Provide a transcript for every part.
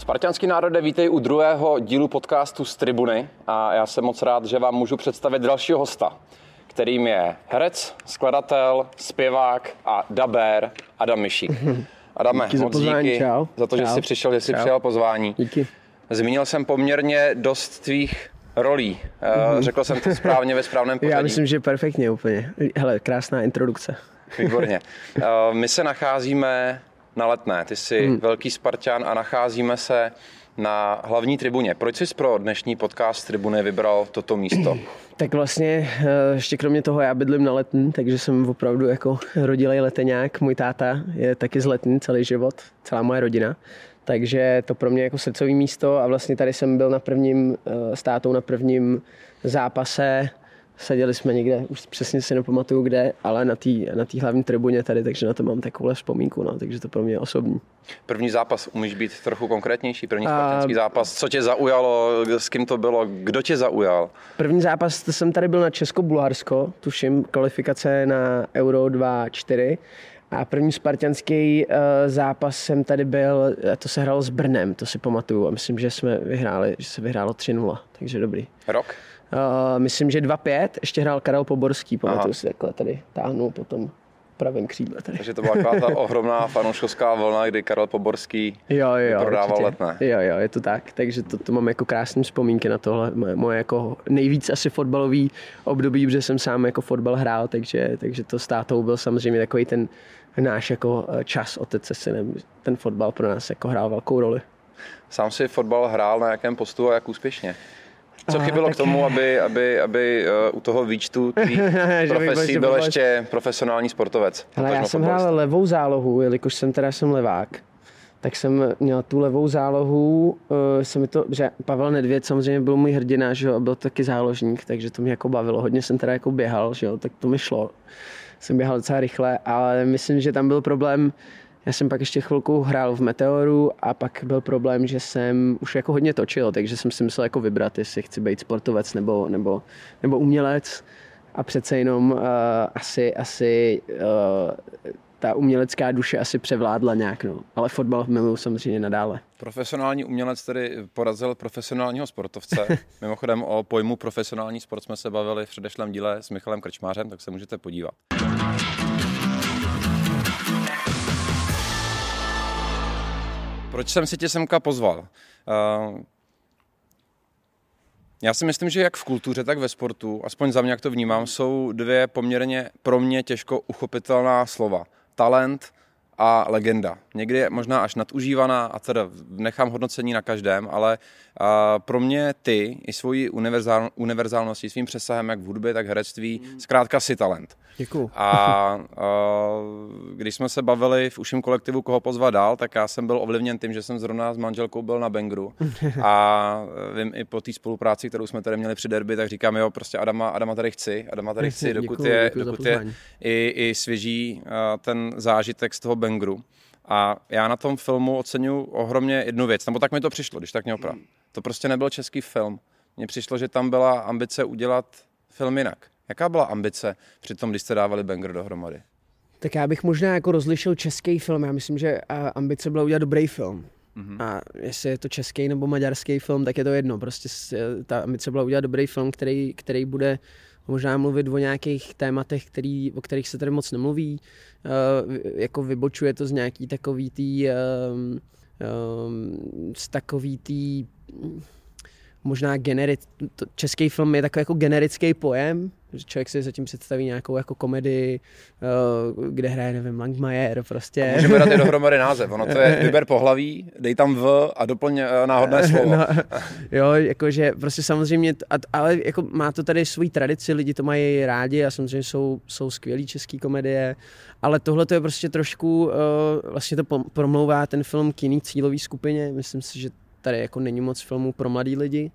Spartanský národe, vítej u druhého dílu podcastu z Tribuny a já jsem moc rád, že vám můžu představit dalšího hosta, kterým je herec, skladatel, zpěvák a dabér Adam Mišík. Adame, díky moc díky za to, čau. že jsi přišel, že jsi přijal pozvání. Díky. Zmínil jsem poměrně dost tvých rolí. Řekl jsem to správně ve správném pořadí. Já myslím, že perfektně úplně. Hele, krásná introdukce. Výborně. My se nacházíme na Letné. Ty jsi velký Spartan a nacházíme se na hlavní tribuně. Proč jsi pro dnešní podcast Tribuny vybral toto místo? Tak vlastně ještě kromě toho já bydlím na Letný, takže jsem opravdu jako rodilej leteňák. Můj táta je taky z Letný celý život, celá moje rodina. Takže to pro mě jako srdcový místo a vlastně tady jsem byl s tátou na prvním zápase. Seděli jsme někde, už přesně si nepamatuju kde, ale na té hlavní tribuně tady, takže na to mám takovou vzpomínku, no, takže to pro mě je osobní. První zápas, umíš být trochu konkrétnější? První spartanský zápas, co tě zaujalo, s kým to bylo, kdo tě zaujal? První zápas, to jsem tady byl na Česko-Bulharsko, tuším kvalifikace na Euro 2024. A první spartanský zápas jsem tady byl, to se hrálo s Brnem, to si pamatuju a myslím, že se vyhrálo 3-0, takže dobrý. Rok? Myslím, že 2-5, ještě hrál Karel Poborský, pamatuju si, takhle tady táhnul potom pravém křídle tady. Takže to byla taková ta ohromná fanouškovská vlna, kdy Karel Poborský prodával Letné. Jo, je to tak, takže to mám jako krásné vzpomínky na tohle, moje jako nejvíc asi fotbalový období, protože jsem sám jako fotbal hrál, takže to s tátou byl samozřejmě takový ten náš jako čas otec se synem, ten fotbal pro nás jako hrál velkou roli. Sám si fotbal hrál na jakém postu a jak úspěšně? Co chybělo k tomu, aby u toho výčtu tvých profesí byl ještě profesionální sportovec? Ale já jsem hrál levou zálohu, jelikož jsem levák. Tak jsem měl tu levou zálohu, že Pavel Nedvěd samozřejmě byl můj hrdina, že jo, byl taky záložník, takže to mě jako bavilo. Hodně jsem teda jako běhal, že jo, tak to mi šlo. Jsem běhal docela rychle, ale myslím, že tam byl problém. Já jsem pak ještě chvilku hrál v Meteoru a pak byl problém, že jsem už jako hodně točil, takže jsem si myslel jako vybrat, jestli chci být sportovec nebo umělec. A přece jenom asi ta umělecká duše asi převládla nějak, no. Ale fotbal miluju samozřejmě nadále. Profesionální umělec tedy porazil profesionálního sportovce. Mimochodem o pojmu profesionální sport jsme se bavili v předešlém díle s Michalem Krčmářem, tak se můžete podívat. Proč jsem si tě semka pozval? Já si myslím, že jak v kultuře, tak ve sportu, aspoň za mě, jak to vnímám, jsou dvě poměrně pro mě těžko uchopitelná slova. Talent a legenda. Někdy je možná až nadužívaná a teda nechám hodnocení na každém, ale pro mě ty i svojí univerzálností, svým přesahem jak v hudbě, tak herectví, zkrátka si talent. Děkuju. A když jsme se bavili v užším kolektivu, koho pozvat dál, tak já jsem byl ovlivněn tím, že jsem zrovna s manželkou byl na Bangru a vím i po té spolupráci, kterou jsme tady měli při derby, tak říkám, jo, prostě Adama tady chci, dokud je i svěží ten zážitek z toho Bangru. A já na tom filmu oceňuji ohromně jednu věc, nebo tak mi to přišlo, když tak mě oprav. To prostě nebyl český film. Mně přišlo, že tam byla ambice udělat film jinak. Jaká byla ambice při tom, když jste dávali Bangr dohromady? Tak já bych možná jako rozlišil český film. Já myslím, že ambice byla udělat dobrý film. A jestli je to český nebo maďarský film, tak je to jedno. Prostě ta ambice byla udělat dobrý film, který bude možná mluvit o nějakých tématech, o kterých se tady moc nemluví. Jako vybočuje to z nějaký takový možná český film je takový jako generický pojem, že člověk si zatím představí nějakou jako komedii, kde hraje, nevím, Langmajer prostě. A můžeme dát i dohromady název, ono to je vyber pohlaví, dej tam v a doplň náhodné slovo. No, jo, jakože prostě samozřejmě, ale jako má to tady svou tradici, lidi to mají rádi a samozřejmě jsou skvělý český komedie, ale tohle to je prostě trošku, vlastně to promlouvá ten film k jiný cílový skupině, myslím si, že tady jako není moc filmů pro mladý lidi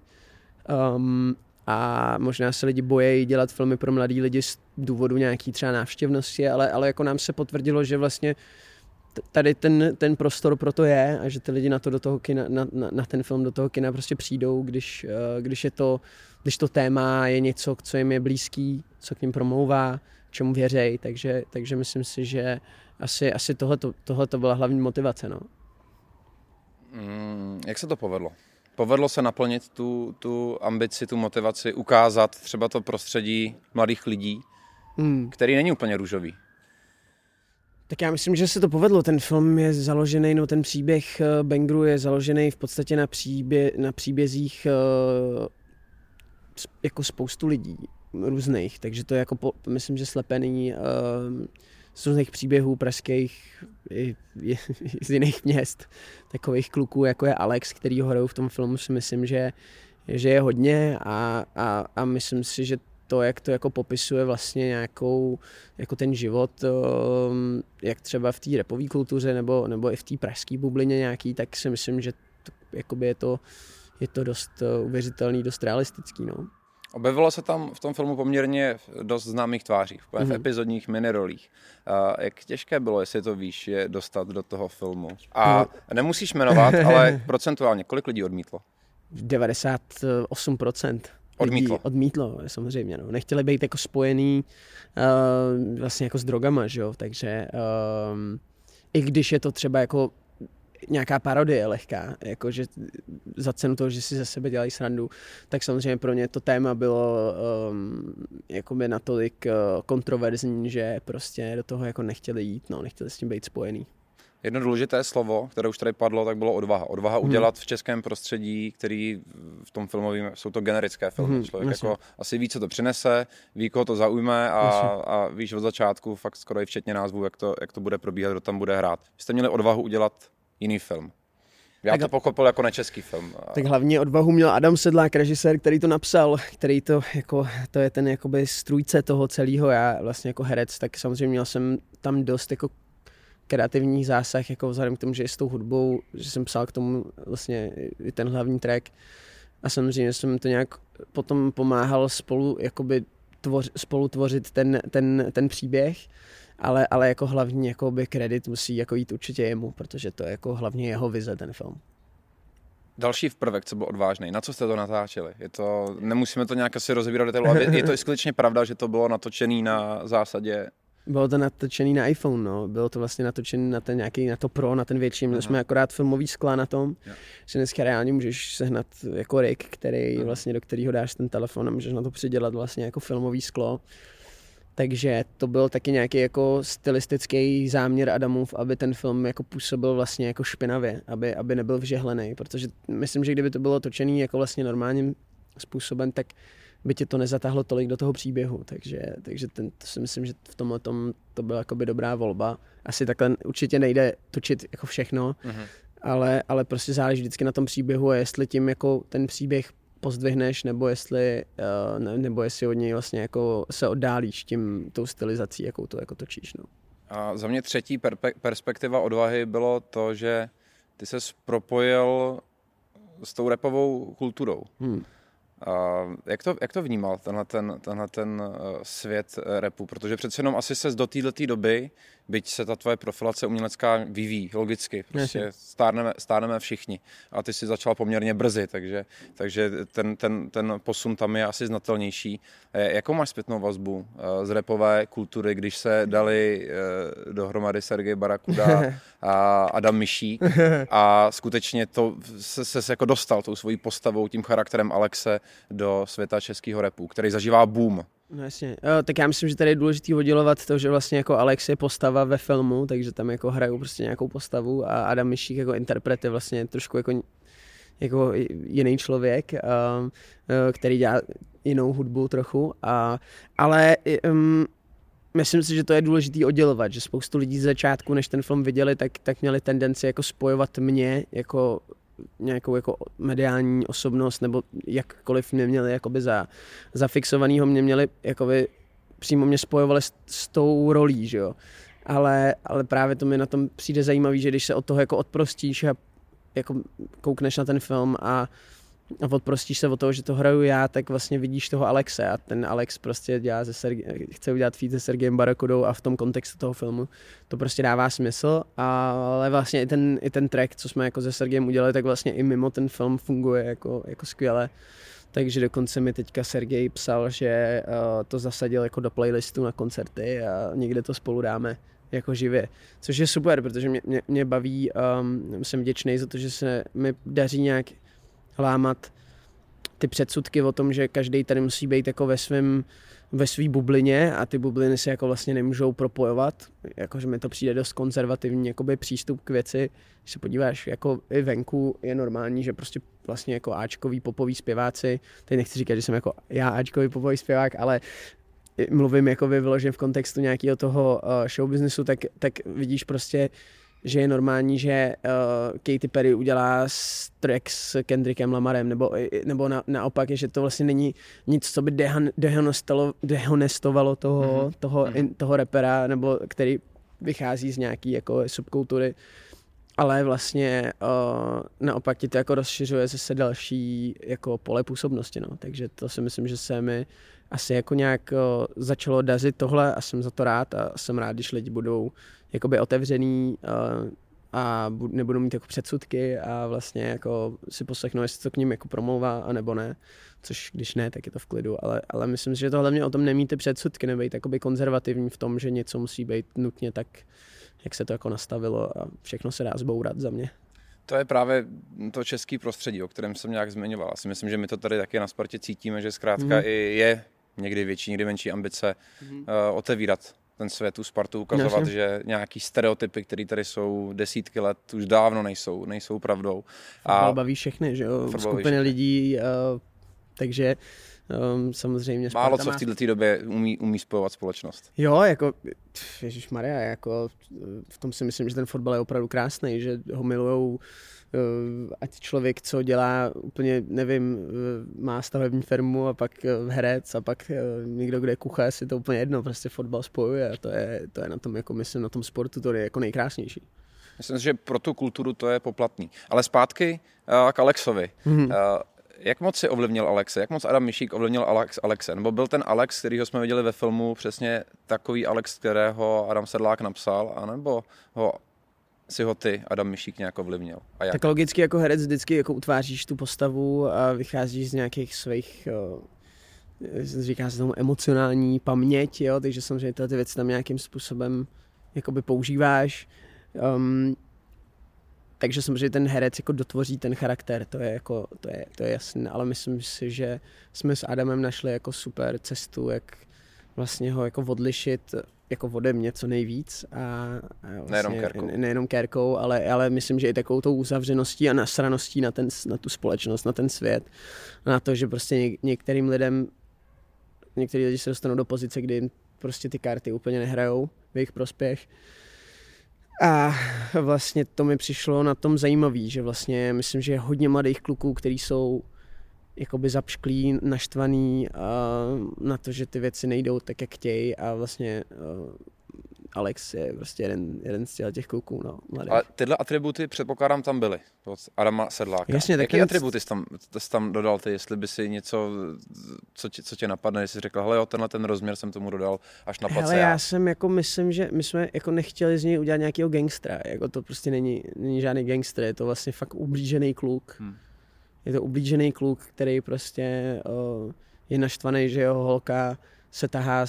a možná se lidi bojí dělat filmy pro mladý lidi z důvodu nějaký třeba návštěvnosti, ale jako nám se potvrdilo, že vlastně tady ten prostor pro to je a že ty lidi na to do toho kina, na ten film do toho kina prostě přijdou, když to téma je něco, co jim je blízký, co k ním promlouvá, čemu věří, takže myslím si, že asi tohle byla hlavní motivace, no. Jak se to povedlo? Povedlo se naplnit tu ambici, tu motivaci, ukázat třeba to prostředí mladých lidí, který není úplně růžový. Tak já myslím, že se to povedlo. Ten film je založený, ten příběh Bangru je založený v podstatě na příbězích jako spoustu lidí různých, takže to je jako myslím, že slepený z různých příběhů pražských i z jiných měst, takových kluků, jako je Alex, který ho hrajou v tom filmu, si myslím, že je hodně a myslím si, že to, jak to jako popisuje vlastně nějakou, jako ten život, jak třeba v té rapové kultuře nebo i v té pražské bublině nějaký, tak si myslím, že je to dost uvěřitelný, dost realistický. No. Objevilo se tam v tom filmu poměrně dost známých tváří, v epizodních minirolích. Jak těžké bylo, jestli to víš, je dostat do toho filmu? A nemusíš jmenovat, ale procentuálně, kolik lidí odmítlo? 98%. Odmítlo, samozřejmě. No. Nechtěli být jako spojený vlastně jako s drogama, že jo? Takže i když je to třeba jako nějaká parodie lehká, jakože za cenu toho, že si ze sebe dělají srandu, tak samozřejmě pro ně to téma bylo jakoby natolik kontroverzní, že prostě do toho jako nechtěli jít, nechtěli s tím být spojený. Jedno důležité slovo, které už tady padlo, tak bylo odvaha. Odvaha udělat v českém prostředí, který v tom filmovém, jsou to generické filmy. Člověk jako asi ví, co to přinese, ví, koho to zaujme a víš od začátku, fakt skoro i včetně názvu, jak to bude probíhat, kdo tam bude hrát. Vy jste měli odvahu udělat jiný film. Já to pochopil jako nečeský film. Tak hlavně odvahu měl Adam Sedlák, režisér, který to napsal, který to je ten jakoby strůjce toho celého. Já vlastně jako herec, tak samozřejmě měl jsem tam dost jako kreativní zásah, jako vzhledem k tomu, že i s tou hudbou, že jsem psal k tomu vlastně i ten hlavní track a samozřejmě jsem to nějak potom pomáhal spolu tvořit ten příběh, ale jako hlavní jakoby kredit musí jako jít určitě jemu, protože to je jako hlavně jeho vize, ten film. Další prvek, co byl odvážný. Na co jste to natáčeli? Nemusíme to nějak asi rozebírat detailu, ale je to skutečně pravda, že to bylo natočené na zásadě. Bylo to natočený na iPhone, Bylo to vlastně natočený na to Pro, na ten větší. Měli jsme akorát filmový skla na tom, že dneska reálně můžeš sehnat jako rig, který vlastně, do kterého dáš ten telefon a můžeš na to přidělat vlastně jako filmový sklo. Takže to byl taky nějaký jako stylistický záměr Adamův, aby ten film jako působil vlastně jako špinavě, aby nebyl vžehlený, protože myslím, že kdyby to bylo točený jako vlastně normálním způsobem, tak by tě to nezatáhlo tolik do toho příběhu, takže to si myslím, že v tomhle to byla jakoby dobrá volba. Asi takhle určitě nejde točit jako všechno, ale prostě záleží vždycky na tom příběhu a jestli tím jako ten příběh pozdvihneš, nebo jestli od něj vlastně jako se oddálíš tou stylizací, jakou to jako točíš. No. A za mě třetí perspektiva odvahy bylo to, že ty ses propojil s tou rapovou kulturou. Jak to vnímal tenhle ten svět rapu? Protože přece jenom asi ses do této doby, byť se ta tvoje profilace umělecká vyvíjí logicky, prostě stárneme všichni. A ty si začal poměrně brzy, takže ten posun tam je asi znatelnější. Jakou máš zpětnou vazbu z rapové kultury, když se dali dohromady Sergej Barakuda a Adam Myšík a skutečně to se jako dostal tou svojí postavou, tím charakterem Alexe do světa českého rapu, který zažívá boom. No jasně. Tak já myslím, že tady je důležité oddělovat to, že vlastně jako Alex je postava ve filmu, takže tam jako hrajou prostě nějakou postavu a Adam Myšík jako interpret je vlastně trošku jako jiný člověk, který dělá jinou hudbu trochu, ale myslím si, že to je důležité oddělovat, že spoustu lidí z začátku, než ten film viděli, tak měli tendenci jako spojovat mě jako nějakou jako mediální osobnost, nebo jakkoliv mě měli jakoby zafixovanýho, mě měli jakoby přímo mě spojovali s tou rolí, že jo. Ale právě to mi na tom přijde zajímavý, že když se od toho jako odprostíš a jako koukneš na ten film a odprostíš se od toho, že to hraju já, tak vlastně vidíš toho Alexe a ten Alex prostě chce udělat feat se Sergejem Barakudou a v tom kontextu toho filmu to prostě dává smysl, ale vlastně i ten track, co jsme jako se Sergejem udělali, tak vlastně i mimo ten film funguje jako skvěle. takže dokonce mi teďka Sergej psal, že to zasadil jako do playlistu na koncerty a někde to spolu dáme jako živě, což je super, protože mě baví, jsem vděčný za to, že se mi daří nějak lámat ty předsudky o tom, že každý tady musí být jako ve svý bublině a ty bubliny se jako vlastně nemůžou propojovat, jakože mi to přijde dost konzervativní jakoby přístup k věci. Když se podíváš, jako i venku je normální, že prostě vlastně jako áčkový popový zpěváci, teď nechci říkat, že jsem jako já áčkový popový zpěvák, ale mluvím jako vyloženě v kontextu nějakého toho show businessu, tak vidíš prostě, že je normální, že Katy Perry udělá track s Kendrickem Lamarem, nebo naopak, že to vlastně není nic, co by dehonestovalo toho rapera, nebo který vychází z nějaký jako subkultury, ale vlastně naopak ti to jako rozšiřuje zase další jako pole působnosti, no. Takže to si myslím, že se mi asi jako nějak začalo dařit tohle a jsem za to rád a jsem rád, když lidi budou jakoby otevřený a nebudou mít jako předsudky a vlastně jako si poslechnou, jestli to k ním jako promlouvá a nebo ne, což když ne, tak je to v klidu, ale myslím si, že to hlavně o tom nemít ty předsudky, nebejt jakoby konzervativní v tom, že něco musí být nutně tak, jak se to jako nastavilo a všechno se dá zbourat za mě. To je právě to český prostředí, o kterém jsem nějak zmiňoval. Asi myslím, že my to tady taky na Spartě cítíme, že zkrátka i je někdy větší, někdy menší ambice otevírat ten svět, tu Spartu, ukazovat, že nějaký stereotypy, které tady jsou desítky let, už dávno nejsou pravdou. Fotbal baví všechny, že jo, skupiny lidí, takže samozřejmě Sparta málo co v této době umí spojovat společnost. Jo, jako ježišmarja, jako v tom si myslím, že ten fotbal je opravdu krásný, že ho milujou ať člověk, co dělá úplně, nevím, má stavební firmu a pak herec a pak někdo, kde je kuchař, je to úplně jedno, prostě fotbal spojuje a to je na tom, jako myslím, na tom sportu to je jako nejkrásnější. Myslím si, že pro tu kulturu to je poplatný. Ale zpátky k Alexovi. Jak moc si ovlivnil Alexe? Jak moc Adam Mišík ovlivnil Alexe? Nebo byl ten Alex, kterýho jsme viděli ve filmu, přesně takový Alex, kterého Adam Sedlák napsal, anebo si ho ty, Adam Mišík, nějak ovlivnil? A jak? Tak logicky jako herec vždycky jako utváříš tu postavu a vycházíš z nějakých svých, říká se tomu emocionální paměť, jo? Takže samozřejmě ty věci tam nějakým způsobem jakoby používáš. Takže samozřejmě ten herec jako dotvoří ten charakter, to je jasné, ale myslím si, že jsme s Adamem našli jako super cestu, jak vlastně ho jako odlišit jako ode mě co nejvíc a vlastně nejenom kérkou, ale myslím, že i takovou tou uzavřeností a nasraností na tu společnost, na ten svět, na to, že prostě některý lidi se dostanou do pozice, kdy jim prostě ty karty úplně nehrajou v jejich prospěch. A vlastně to mi přišlo na tom zajímavý, že vlastně myslím, že je hodně mladých kluků, kteří jsou jakoby zapšklí, naštvaný na to, že ty věci nejdou tak, jak chtějí a vlastně Alex je prostě jeden z těch kluků, no, mladých. Ale tyhle atributy předpokládám tam byly od Adama Sedláka. Jasně, jaký atributy jsi tam dodal ty, jestli by si něco, co tě napadne, jestli jsi řekl, hele jo, ten rozměr jsem tomu dodal až na place. Hele, já jsem jako myslím, že my jsme jako nechtěli z něj udělat nějakého gangstra, jako to prostě není žádný gangster, je to vlastně fakt ublížený kluk. Je to ublížený kluk, který prostě je naštvaný, že jeho holka se tahá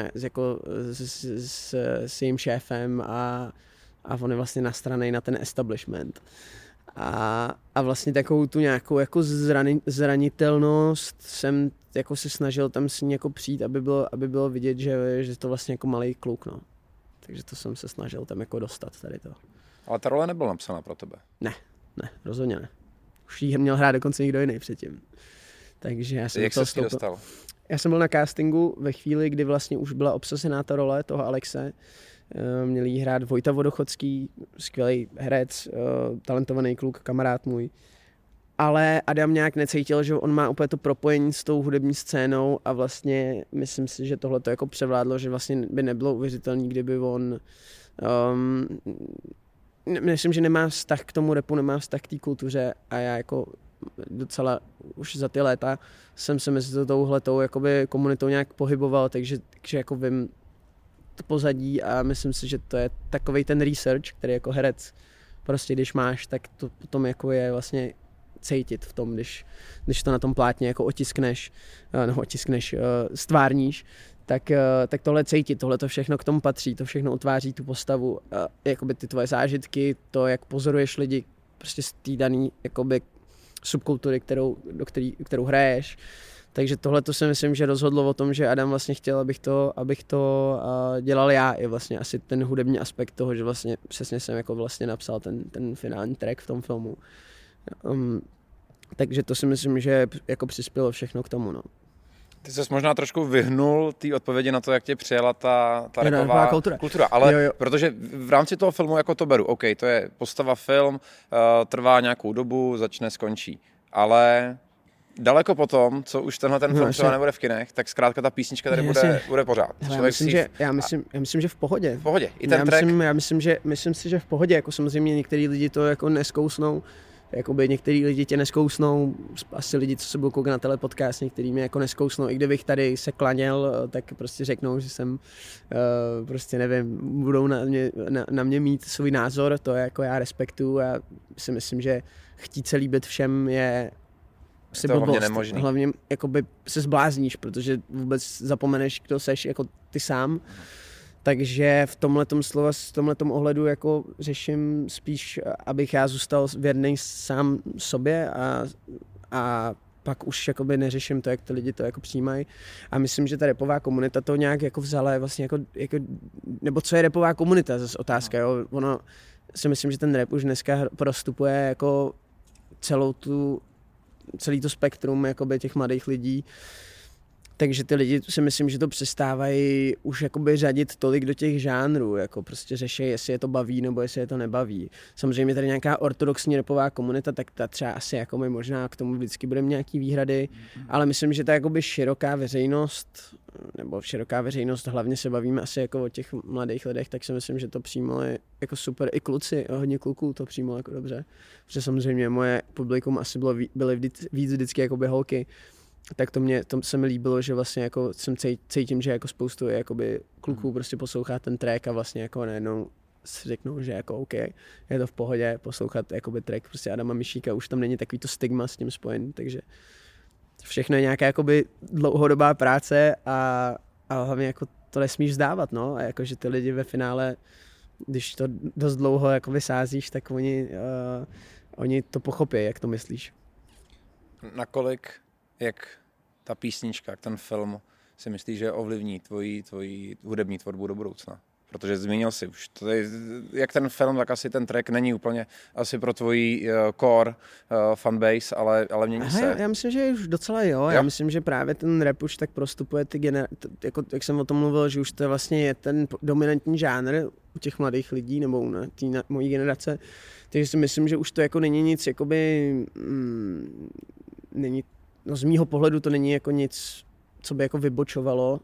s jejím šéfem a on je vlastně nastranej na ten establishment. A vlastně takovou tu nějakou jako zranitelnost jsem jako se snažil tam s ní jako přijít, aby bylo vidět, že to vlastně jako malý kluk, no. Takže to jsem se snažil tam jako dostat tady to. Ale ta role nebyla napsaná pro tebe. Ne, rozhodně ne. Už jí měl hrát dokonce někdo jiný předtím. Takže já jsem jak se s ní dostal? Já jsem byl na castingu ve chvíli, kdy vlastně už byla obsazená ta role toho Alexe. Měl jí hrát Vojta Vodochodský, skvělý herec, talentovaný kluk, kamarád můj. Ale Adam nějak necítil, že on má úplně to propojení s tou hudební scénou a vlastně myslím si, že tohle to jako převládlo, že vlastně by nebylo uvěřitelné, kdyby on... myslím, že nemá vztah k tomu rapu, nemá vztah k té kultuře a já jako docela už za ty léta jsem se mezi touhletou jakoby komunitou nějak pohyboval, takže jako vím to pozadí a myslím si, že to je takovej ten research, který jako herec prostě když máš, tak to potom jako je vlastně cítit v tom, když to na tom plátně jako stvárníš, tak tohle cítit, tohle to všechno k tomu patří, to všechno utváří tu postavu, jakoby ty tvoje zážitky, to, jak pozoruješ lidi prostě z té daný jakoby subkultury, kterou hraješ. Takže tohle to si myslím, že rozhodlo o tom, že Adam vlastně chtěl, abych to dělal já, i vlastně asi ten hudební aspekt toho, že vlastně přesně jsem jako vlastně napsal ten finální track v tom filmu. Takže to si myslím, že jako přispělo všechno k tomu, no. Ty jsi možná trošku vyhnul té odpovědi na to, jak tě přijela ta rapová kultura. Ale jo. Protože v rámci toho filmu jako to beru. OK, to je postava film, trvá nějakou dobu, začne, skončí. Ale daleko potom, co už tenhle ten film třeba nebude v kinech, tak zkrátka ta písnička tady bude pořád. Já myslím, že v pohodě. V pohodě. I ten track? Myslím si, že v pohodě. Jako samozřejmě některý lidi to jako neskousnou. Jakoby některý lidi tě neskousnou, asi lidi, co se budou koukat na telepodcast, některý mě jako neskousnou. I kdybych tady se klaněl, tak prostě řeknou, že jsem, prostě nevím, budou na mě mít svůj názor, to jako já respektuju a si myslím, že chtít se líbit všem je si blbost. Hlavně jakoby se zblázníš, protože vůbec zapomeneš, kdo seš jako ty sám. Takže v tomhletom ohledu jako řeším spíš, abych já zůstal věrný sám sobě a pak už jakoby neřeším to, jak ty lidi to jako přijímají. A myslím, že ta rapová komunita to nějak jako vzala vlastně jako nebo co je rapová komunita, zase otázka, jo. Ono si myslím, že ten rap už dneska prostupuje jako celý to spektrum jakoby těch mladých lidí. Takže ty lidi si myslím, že to přestávají už jakoby řadit tolik do těch žánrů, jako prostě řeší, jestli je to baví nebo jestli je to nebaví. Samozřejmě tady nějaká ortodoxní rapová komunita, tak ta třeba asi jako možná k tomu vždycky budeme nějaký výhrady, ale myslím, že ta jakoby široká veřejnost, hlavně se bavíme asi jako o těch mladých lidech, tak si myslím, že to přímo je jako super. I kluci, hodně kluků to přímo jako dobře, protože samozřejmě moje publikum asi byly víc vždycky jakoby holky. Tak to se mi líbilo, že vlastně jako cítím, že jako spoustu jakoby kluků prostě poslouchá ten track a vlastně jako najednou si řeknou, že jako OK, je to v pohodě poslouchat jakoby track prostě Adama Mišíka, už tam není takový to stigma s tím spojený, takže všechno je nějaká jakoby dlouhodobá práce a hlavně jako to nesmíš vzdávat, no, a jakože ty lidi ve finále, když to dost dlouho jakoby sázíš, tak oni to pochopí, jak to myslíš. Nakolik, jak ta písnička, jak ten film si myslíš, že ovlivní tvoji hudební tvorbu do budoucna? Protože zmínil jsi už, jak ten film, tak asi ten track není úplně asi pro tvoji core fanbase, ale mění se. Já myslím, že už docela jo. Já myslím, že právě ten rap už tak prostupuje jako, jak jsem o tom mluvil, že už to vlastně je ten dominantní žánr u těch mladých lidí nebo u té mojí generace. Takže si myslím, že už to jako není nic, jakoby, není, no z mýho pohledu to není jako nic, co by jako vybočovalo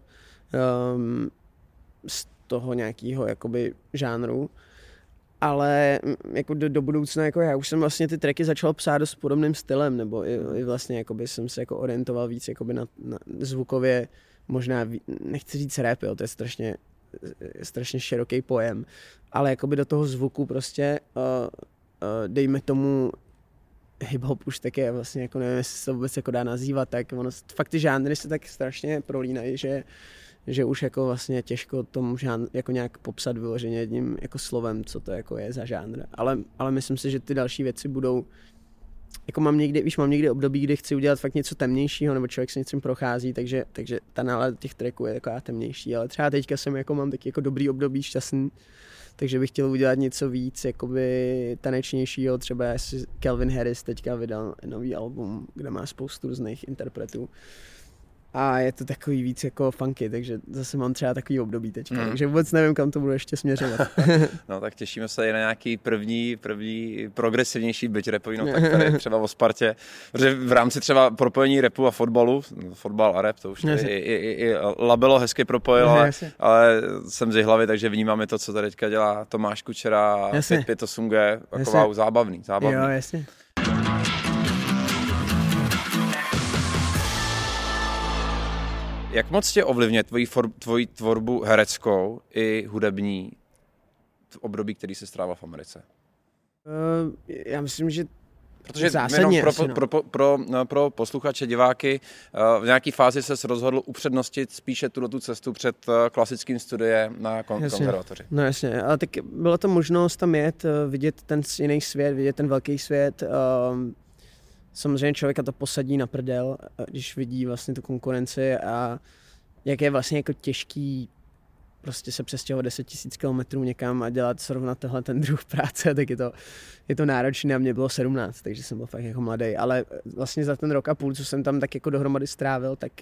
z toho nějakého jakoby žánru, ale jako do budoucna jako já už jsem vlastně ty tracky začal psát dost podobným stylem, nebo i vlastně jakoby jsem se jako orientoval víc jakoby na zvukově, možná nechci říct rap, jo, to je strašně široký pojem, ale jakoby do toho zvuku prostě dejme tomu hip-hop už tak je vlastně jako nevím, jestli se to vůbec jako dá nazývat, tak ono, fakt ty žánry se tak strašně prolínají, že už jako vlastně těžko tomu žánr jako nějak popsat vyloženě jedním jako slovem, co to jako je za žánr. Ale myslím si, že ty další věci budou, jako mám někdy období, kdy chci udělat fakt něco temnějšího, nebo člověk se něčím prochází, takže ta nálada těch tracků je taková temnější, ale třeba teďka mám taky jako dobrý období, šťastný, takže bych chtěl udělat něco víc jakoby tanečnějšího, třeba jestli Calvin Harris teďka vydal nový album, kde má spoustu různých interpretů. A je to takový víc jako funky, takže zase mám třeba takový období teďka, takže vůbec nevím, kam to budu ještě směřovat. No tak těšíme se i na nějaký první progresivnější byť rapový, no tak tady třeba o Spartě, protože v rámci třeba propojení rapu a fotbalu, fotbal a rap, to už tady i Labelo hezky propojil, ale jsem z hlavy, takže vnímáme to, co tady teďka dělá Tomáš Kučera, 558G, taková zábavný. Jo, jasně. Jak moc tě ovlivňuje tvoji tvorbu hereckou i hudební v období, který se strávil v Americe? Já myslím, že Protože jenom pro posluchače, diváky, v nějaké fázi se rozhodl upřednostit spíše tu cestu před klasickým studiem na konzervatoři. No jasně, ale tak byla to možnost tam jet, vidět ten jiný svět, vidět ten velký svět. Samozřejmě člověka to posadí na prdel, když vidí vlastně tu konkurenci a jak je vlastně jako těžký prostě se přestěhovat 10 000 kilometrů někam a dělat srovnat tenhle ten druh práce, tak je to náročné a mě bylo 17, takže jsem byl fakt jako mladý, ale vlastně za ten rok a půl, co jsem tam tak jako dohromady strávil, tak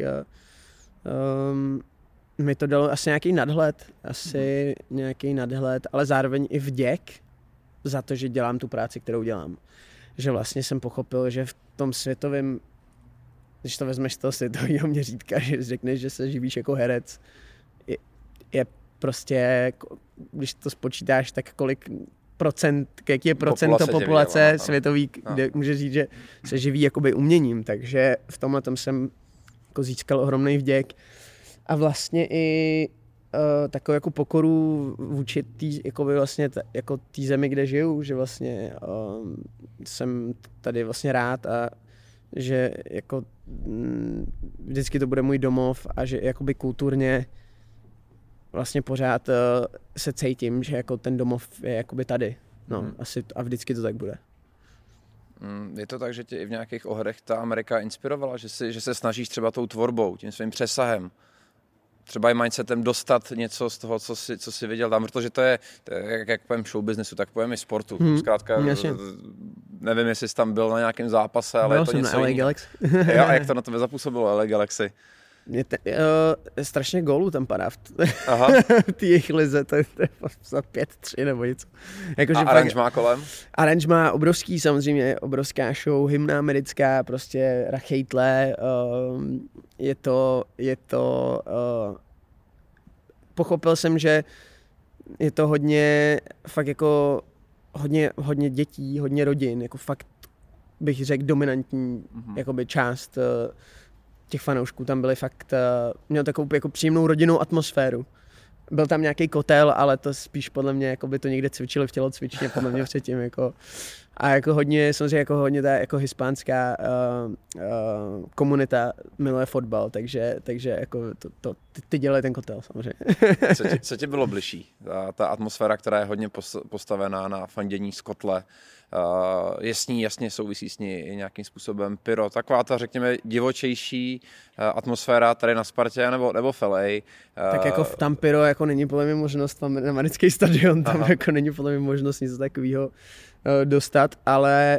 mi to dalo asi nějaký nadhled, ale zároveň i vděk za to, že dělám tu práci, kterou dělám. Že vlastně jsem pochopil, že v tom světovém, když to vezmeš z toho světového měřítka, že řekneš, že se živíš jako herec, je prostě, když to spočítáš, tak jaký je procent populace světový, kde může říct, že se živí jakoby uměním, takže v tomhle tom jsem jako získal ohromný vděk a vlastně i takovou jako pokoru vůči jako té zemi, kde žiju, že vlastně jsem tady vlastně rád a že jako vždycky to bude můj domov a že jakoby kulturně vlastně pořád se cítím, že jako ten domov je jakoby tady. No, asi a vždycky to tak bude. Je to tak, že tě i v nějakých ohledech ta Amerika inspirovala, že se snažíš třeba tou tvorbou, tím svým přesahem, třeba i mindsetem dostat něco z toho, co jsi viděl tam, protože to je jak pojem show businessu, tak pojem i sportu. Zkrátka, nevím, jestli jsi tam byl na nějakém zápase, ale je to něco jiného. Jo, a jak to na tebe zapůsobilo, LA Galaxy? Strašně gólů tam padá v té jejich lize, to je za 5-3 nebo něco. Jako, a aranž má kolem? Aranž má obrovský, samozřejmě obrovská show, hymna americká, prostě rachejtle, je to pochopil jsem, že je to hodně, fakt jako hodně dětí, hodně rodin, jako fakt bych řekl dominantní jakoby část těch fanoušků tam byli fakt, měl takovou jako příjemnou rodinnou atmosféru. Byl tam nějaký kotel, ale to spíš podle mě jako by to někde cvičili v tělocvičně, podle mě předtím jako a jako hodně, samozřejmě jako hodně ta jako hispánská komunita miluje fotbal, takže jako ty dělají ten kotel samozřejmě. Co ti bylo bližší? Ta atmosféra, která je hodně postavená na fandění z kotle, je s ní jasně souvisí s ní i nějakým způsobem pyro. Taková ta, řekněme, divočejší atmosféra tady na Spartě nebo v LA. Tak jako tam pyro jako není podle mě možnost, tam na Americký stadion, tam jako není podle mě možnost nic takového dostat, ale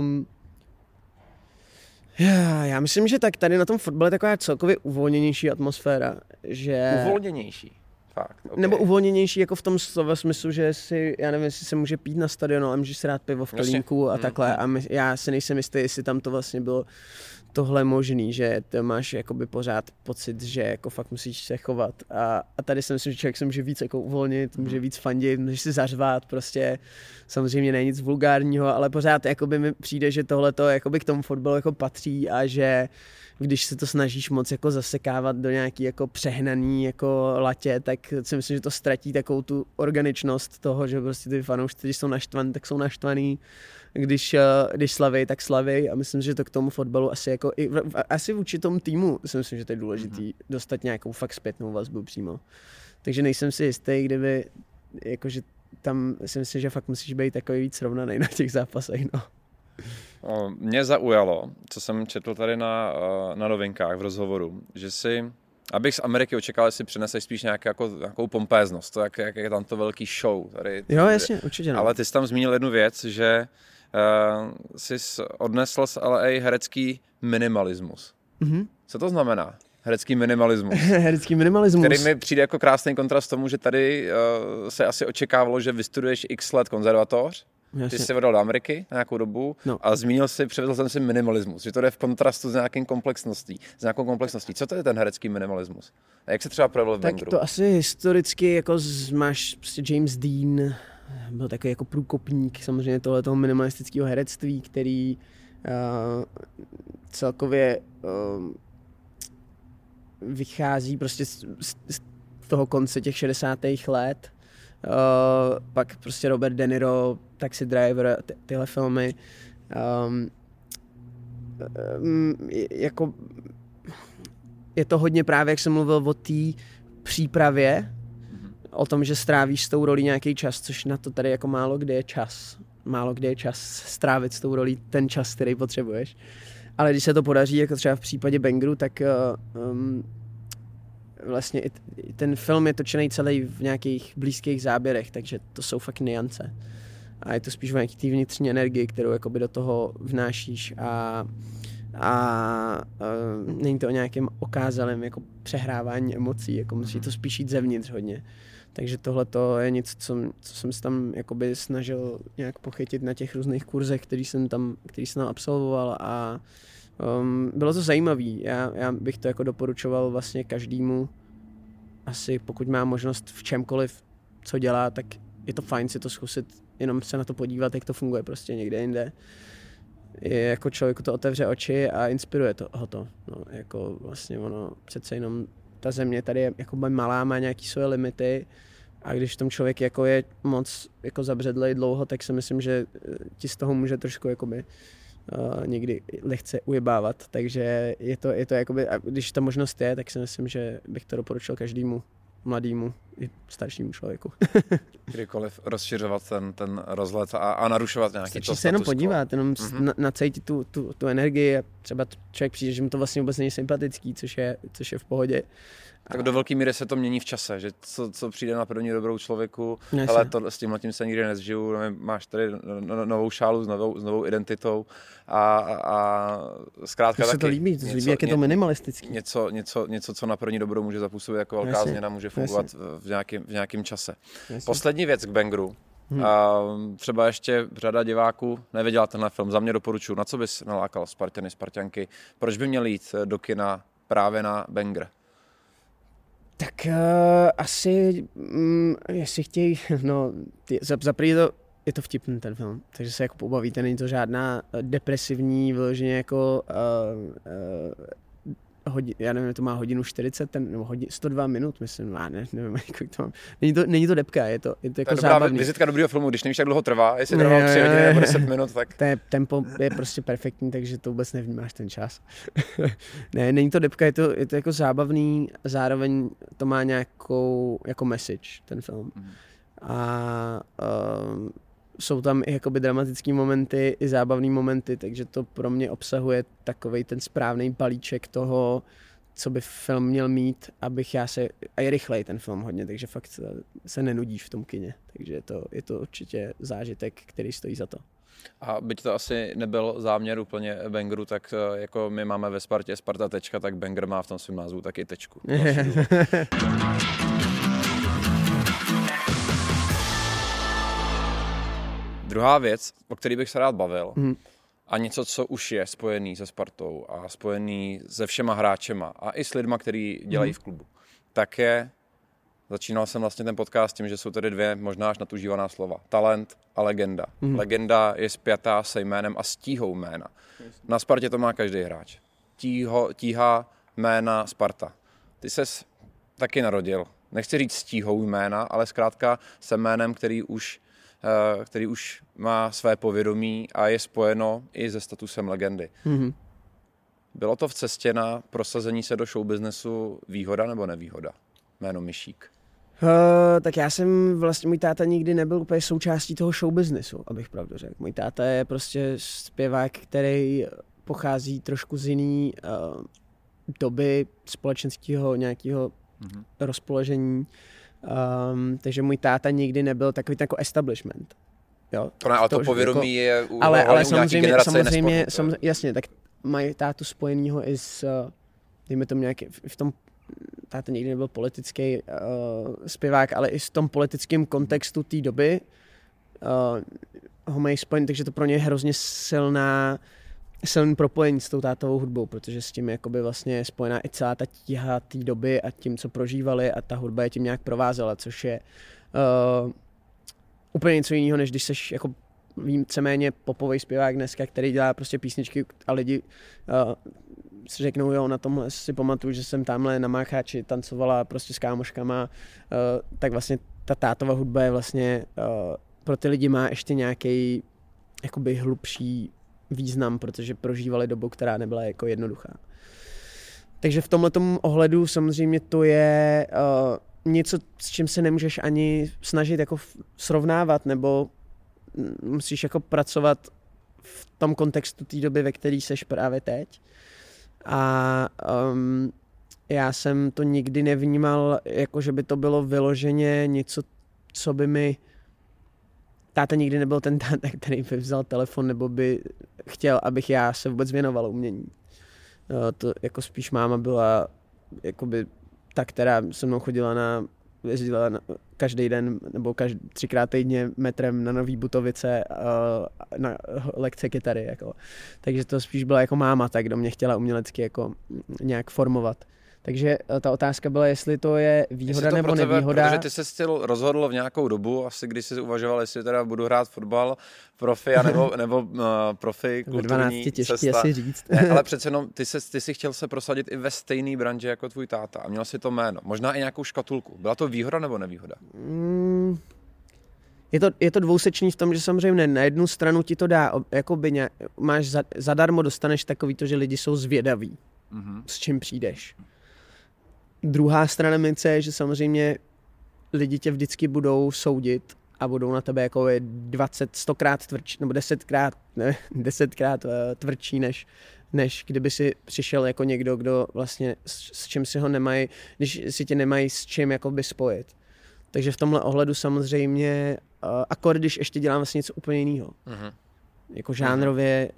já myslím, že tak tady na tom fotbale je taková celkově uvolněnější atmosféra, že... Uvolněnější? Fakt, okay. Nebo uvolněnější jako v tom slova smyslu, že já nevím, jestli se může pít na stadionu, ale můžeš si dát pivo v kelímku a takhle a já si nejsem jistý, jestli tam to vlastně bylo tohle možný, že ty máš jakoby pořád pocit, že jako fakt musíš se chovat a tady si myslím, že člověk se může víc jako uvolnit, může víc fandit, může si zařvát, prostě samozřejmě není nic vulgárního, ale pořád jakoby mi přijde, že tohleto jakoby k tomu fotbalu jako patří a že když se to snažíš moc jako zasekávat do nějaký jako přehnaný jako latě, tak si myslím, že to ztratí takovou tu organičnost toho, že prostě ty fanoušci, když jsou naštvaný, tak jsou naštvaný, když slaví, tak slaví a myslím, že to k tomu fotbalu asi jako asi vůči tomu týmu si myslím, že to je důležitý dostat nějakou fakt zpětnou vazbu přímo. Takže nejsem si jistý, kdyby jakože tam si myslím, že fakt musíš být takový víc srovnaný na těch zápasech, no. Mě zaujalo, co jsem četl tady na novinkách v rozhovoru, že abych z Ameriky očekal, že si přineseš spíš nějakou pompéznost, to jak je tam to velký show. Tady, jo, jasně, určitě. No. Ale ty jsi tam zmínil jednu věc, že jsi odnesl z LA herecký minimalismus. Mm-hmm. Co to znamená? Herecký minimalismus. Herecký minimalismus. Který mi přijde jako krásný kontrast tomu, že tady se asi očekávalo, že vystuduješ x let konzervatoř. Ty jsi se vydal do Ameriky na nějakou dobu a přivezl jsem si minimalismus, že to jde v kontrastu s nějakou komplexností. Co to je ten herecký minimalismus? A jak se třeba projevil v Bangru? Tak to asi historicky, jako máš prostě James Dean, byl takový jako průkopník samozřejmě tohletoho minimalistického herectví, který celkově vychází prostě z toho konce těch 60. let. Pak prostě Robert De Niro, Taxi Driver, tyhle filmy, jako je to hodně právě, jak jsem mluvil o té přípravě, o tom, že strávíš s tou rolí nějaký čas, což na to tady jako málo kde je čas. Málo kde je čas strávit s tou rolí ten čas, který potřebuješ. Ale když se to podaří, jako třeba v případě Bangru, tak vlastně i ten film je točený celý v nějakých blízkých záběrech, takže to jsou fakt niance. A je to spíš o nějaký té vnitřní energii, kterou jakoby do toho vnášíš a není to o nějakém okázalém jako přehrávání emocí, jako musí to spíš jít zevnitř hodně. Takže tohle je něco, co jsem se tam jakoby snažil nějak pochytit na těch různých kurzech, který jsem tam absolvoval a bylo to zajímavý. Já bych to jako doporučoval vlastně každému, asi pokud má možnost v čemkoliv, co dělá, tak je to fajn si to zkusit, jenom se na to podívat, jak to funguje prostě někde jinde. Je jako člověku to otevře oči a inspiruje ho to. No, jako vlastně ono přece jenom ta země tady je jako malá, má nějaký svoje limity a když v tom člověk jako je moc jako zabředlej dlouho, tak si myslím, že ti z toho může trošku jakoby někdy lehce ujebávat, takže je to jakoby, a když ta možnost je, tak si myslím, že bych to doporučil každému mladému i staršímu člověku. Kdykoliv rozšiřovat ten rozhled a narušovat nějaký stačí to se jenom status quo. podívat, jenom nacítit tu energii a třeba člověk přijde, že mu to vlastně vůbec není sympatický, což je v pohodě. Tak do velké míry se to mění v čase, že co přijde na první dobrou člověku, ale s tímhletím se nikdy nezžiju, máš tady novou šálu s novou identitou a zkrátka taky. To se to líbí, jak je to minimalistický. Něco, co na první dobrou může zapůsobit jako velká změna, může fungovat v nějakém čase. Poslední věc k Bangru. Třeba ještě řada diváků neviděla tenhle film, za mě doporučuji, na co bys nalákal Spartany, Spartanky, proč by měli jít do kina právě na Bangr? Tak asi, jestli chtějí, no, za první je to vtipný ten film, takže se jako pobavíte, není to žádná depresivní, vyloženě jako, já nevím, to má hodinu 40, nebo 102 minut, myslím, nevím, kolik to mám. Není to depka, je to jako zábavný. Vizitka dobrýho filmu, když nevíš, jak dlouho trvá, jestli trvá 3 hodiny nebo 10 minut, tak... Tempo je prostě perfektní, takže to vůbec nevnímáš ten čas. Ne, není to depka, je to jako zábavný, zároveň to má nějakou jako message, ten film. A jsou tam i jakoby dramatický momenty, i zábavný momenty, takže to pro mě obsahuje takovej ten správný balíček toho, co by film měl mít, a je rychlej ten film hodně, takže fakt se nenudíš v tom kině, takže je to určitě zážitek, který stojí za to. A byť to asi nebyl záměr úplně Bangru, tak jako my máme ve Spartě Sparta tečka, tak Bangr má v tom svém názvu taky tečku. Druhá věc, o které bych se rád bavil, a něco, co už je spojený se Spartou a spojený se všema hráčema a i s lidma, kteří dělají v klubu, tak začínal jsem vlastně ten podcast tím, že jsou tady dvě možná až natužívaná slova. Talent a legenda. Legenda je spjatá se jménem a stíhou jména. Na Spartě to má každý hráč. Tíha jména Sparta. Ty ses taky narodil. Nechci říct stíhou jména, ale zkrátka se jménem, který už má své povědomí a je spojeno i se statusem legendy. Bylo to v cestě na prosazení se do showbiznesu výhoda nebo nevýhoda? Jméno Myšík. Tak můj táta nikdy nebyl úplně součástí toho showbiznesu, abych pravdu řekl. Můj táta je prostě zpěvák, který pochází trošku z jiný doby společenského nějakého rozpoložení. Takže můj táta nikdy nebyl takový ten jako establishment. Jo? To povědomí jako, je u ale samozřejmě, jasně, tak mají tátu spojenýho i s, dejme tomu nějaký, v tom, táta nikdy nebyl politický zpěvák, ale i v tom politickém kontextu té doby ho mají spojený, takže to pro ně je hrozně silný propojení s tou tátovou hudbou, protože s tím jakoby vlastně je spojená i celá ta tíha té doby a tím, co prožívali a ta hudba je tím nějak provázela, což je úplně něco jiného, než když seš jako víceméně popový zpěvák dneska, který dělá prostě písničky a lidi si řeknou, jo, na tomhle si pamatuju, že jsem tamhle na Mácháči tancovala prostě s kámoškama, tak vlastně ta tátová hudba je vlastně pro ty lidi má ještě nějaký jakoby hlubší význam, protože prožívali dobu, která nebyla jako jednoduchá. Takže v tomhletom ohledu samozřejmě to je něco, s čím se nemůžeš ani snažit jako srovnávat, nebo musíš jako pracovat v tom kontextu té doby, ve které seš právě teď. A já jsem to nikdy nevnímal, jako že by to bylo vyloženě něco, co by mi... Táta nikdy nebyl ten táta, který by vzal telefon nebo by chtěl, abych já se vůbec věnoval umění. To jako spíš máma byla jakoby ta, která se mnou jezdila každý den nebo 3x týdně metrem na Nový Butovice na lekce kytary. Jako. Takže to spíš byla jako máma, tak kdo mě chtěla umělecky jako nějak formovat. Takže ta otázka byla, jestli to je výhoda nebo nevýhoda. Protože ty se rozhodl v nějakou dobu, asi když jsi uvažoval, jestli teda budu hrát fotbal profi, nebo profi kulturní 12 těžký asi říct. Ne, ale přece jenom ty jsi chtěl se prosadit i ve stejné branži jako tvůj táta a měl si to jméno. Možná i nějakou škatulku. Byla to výhoda nebo nevýhoda? Je to dvousečný v tom, že samozřejmě na jednu stranu ti to dá, jakoby máš zadarmo dostaneš takový to, že lidi jsou zvědaví, s čím přijdeš. Druhá strana mince je, že samozřejmě lidi tě vždycky budou soudit a budou na tebe jako 100krát tvrdší, nebo 10krát tvrdší, než kdyby si přišel jako někdo, kdo vlastně s čím si ho nemají, když si tě nemají s čím jakoby spojit. Takže v tomhle ohledu samozřejmě, akor když ještě dělám vlastně něco úplně jiného. Jako žánrově,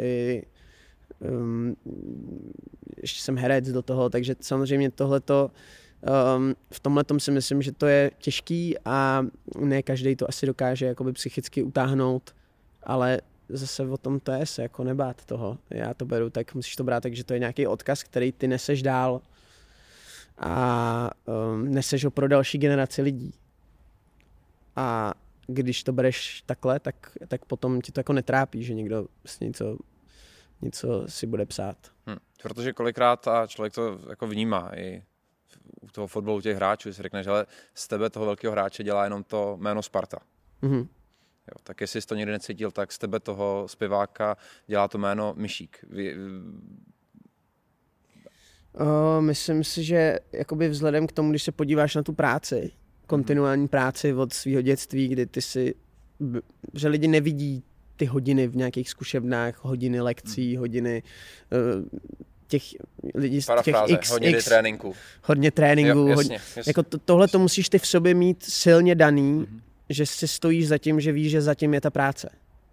ještě jsem herec do toho, takže samozřejmě tohleto, v tomhletom si myslím, že to je těžký a ne každý to asi dokáže jakoby psychicky utáhnout, ale zase o tom to je se jako nebát toho. Já to beru tak, musíš to brát tak, že to je nějaký odkaz, který ty neseš dál a neseš ho pro další generaci lidí. A když to bereš takhle, tak potom ti to jako netrápí, že někdo vlastně něco si bude psát. Protože kolikrát člověk to jako vnímá i u toho fotbalu těch hráčů, si řekne, že z tebe toho velkého hráče dělá jenom to jméno Sparta. Jo, tak jestli jsi to někdy necítil, tak z tebe toho zpěváka dělá to jméno Myšík. Myslím si, že jakoby vzhledem k tomu, když se podíváš na tu práci, kontinuální práci od svého dětství, kdy že lidi nevidí ty hodiny v nějakých zkušebnách, hodiny lekcí, hodiny těch lidí z těch hodně tréninku. Jo, jasně. Jako tohle to musíš ty v sobě mít silně daný, že si stojíš za tím, že víš, že zatím je ta práce.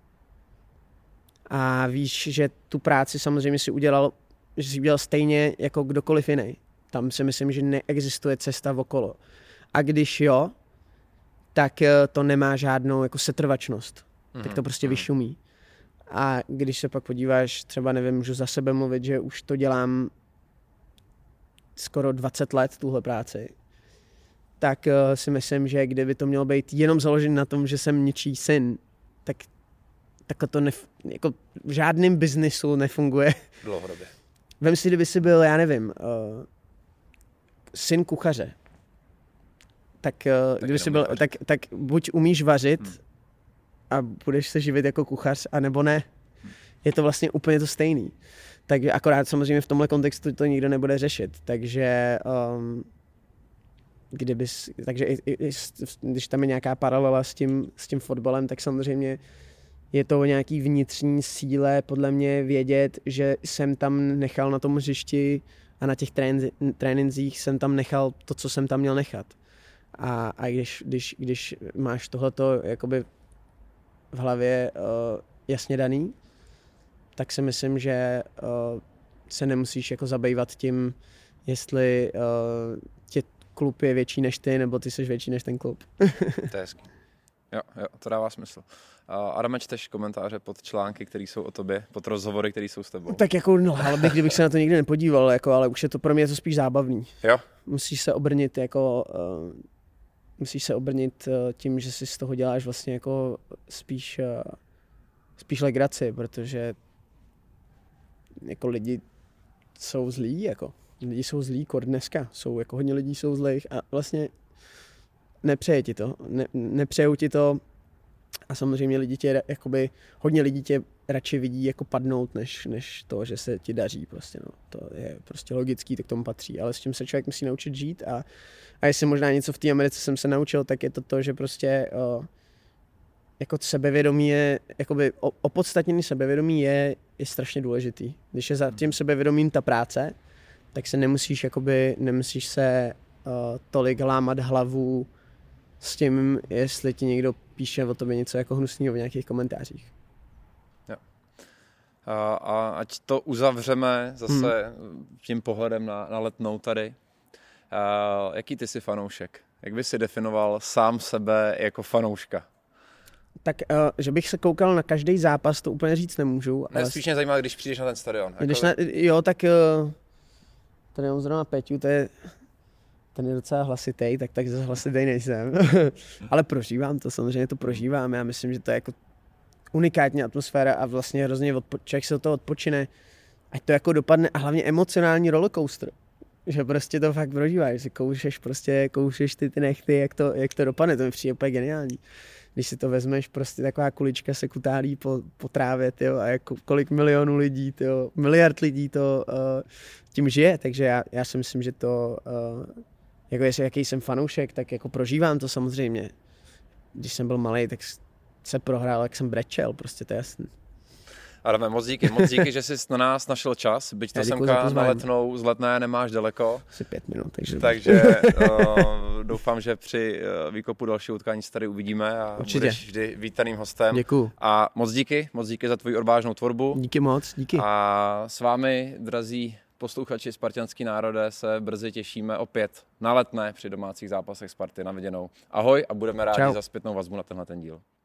A víš, že tu práci samozřejmě si udělal stejně jako kdokoliv jiný. Tam si myslím, že neexistuje cesta okolo. A když jo, tak to nemá žádnou jako setrvačnost. Tak to prostě vyšumí. A když se pak podíváš, třeba nevím, můžu za sebe mluvit, že už to dělám skoro 20 let, tuhle práci, tak si myslím, že kdyby to mělo být jenom založené na tom, že jsem něčí syn, tak to jako v žádném biznisu nefunguje. Dlouhodobě. Vem si, kdyby si byl, já nevím, syn kuchaře, tak kdyby si byl, tak buď umíš vařit a budeš se živit jako kuchař, anebo ne. Je to vlastně úplně to stejný. Tak akorát samozřejmě v tomhle kontextu to nikdo nebude řešit. Takže když tam je nějaká paralela s tím fotbalem, tak samozřejmě je to o nějaký vnitřní síle podle mě vědět, že jsem tam nechal na tom hřišti a na těch trénincích jsem tam nechal to, co jsem tam měl nechat. A když máš tohleto jakoby v hlavě jasně daný, tak si myslím, že se nemusíš jako zabývat tím, jestli tě klub je větší než ty, nebo ty jsi větší než ten klub. To je hezký. Jo, to dává smysl. Adame, čteš komentáře pod články, které jsou o tobě, pod rozhovory, které jsou s tebou? Tak jako, ale kdybych se na to nikdy nepodíval, jako, ale už je to pro mě to spíš zábavný. Jo? Musíš se obrnit jako... Musíš se obrnit tím, že si z toho děláš vlastně jako spíš legraci, protože jako lidi jsou zlí, jako. Lidi jsou zlí, dneska jsou, jako hodně lidí jsou zlých a vlastně nepřeje ti to. Nepřejou ti to A samozřejmě hodně lidí tě radši vidí jako padnout, než to, že se ti daří prostě, no. To je prostě logický, to k tomu patří, ale s tím se člověk musí naučit žít a jestli možná něco v té Americe jsem se naučil, tak je to, že prostě jako sebevědomí je, jakoby opodstatněný sebevědomí je strašně důležitý. Když je za tím sebevědomím ta práce, tak se nemusíš se tolik lámat hlavu s tím, jestli ti někdo píše o tobě něco jako hnusného v nějakých komentářích. Jo. A ať to uzavřeme zase tím pohledem na Letnou tady. Jaký ty jsi fanoušek? Jak bys si definoval sám sebe jako fanouška? Tak, že bych se koukal na každý zápas, to úplně říct nemůžu. Ale spíš mě zajímá, když přijdeš na ten stadion. Tak tady mám zrovna Peťu, ten je docela hlasitý, tak zase hlasitý nejsem. Ale prožívám to, samozřejmě to prožívám. Já myslím, že to je jako unikátní atmosféra a vlastně hrozně člověk se od toho odpočine, ať to jako dopadne a hlavně emocionální rollercoaster. Že prostě to fakt prožíváš, že koušeš ty nechty, jak to dopadne, to mi přijde úplně geniální. Když si to vezmeš, prostě taková kulička se kutálí po trávě, tyjo, a jako kolik milionů lidí, tyjo, miliard lidí to tím žije, takže já si myslím, že to, jako jestli jaký jsem fanoušek, tak jako prožívám to samozřejmě. Když jsem byl malej, tak se prohrál, jak jsem brečel, prostě to je jasný. Adame, moc díky, že jsi na nás našel čas, byť to semka na Letnou, z Letné nemáš daleko. Asi 5 minut, takže doufám, že při výkopu dalšího utkání se tady uvidíme a určitě. Budeš vždy vítaným hostem. Děkuju. A moc díky za tvoji odvážnou tvorbu. Díky moc, díky. A s vámi, drazí posluchači Spartanský národe, se brzy těšíme opět na Letné při domácích zápasech Sparty. Na viděnou. Ahoj a budeme rádi za zpětnou vazbu na tenhle ten díl.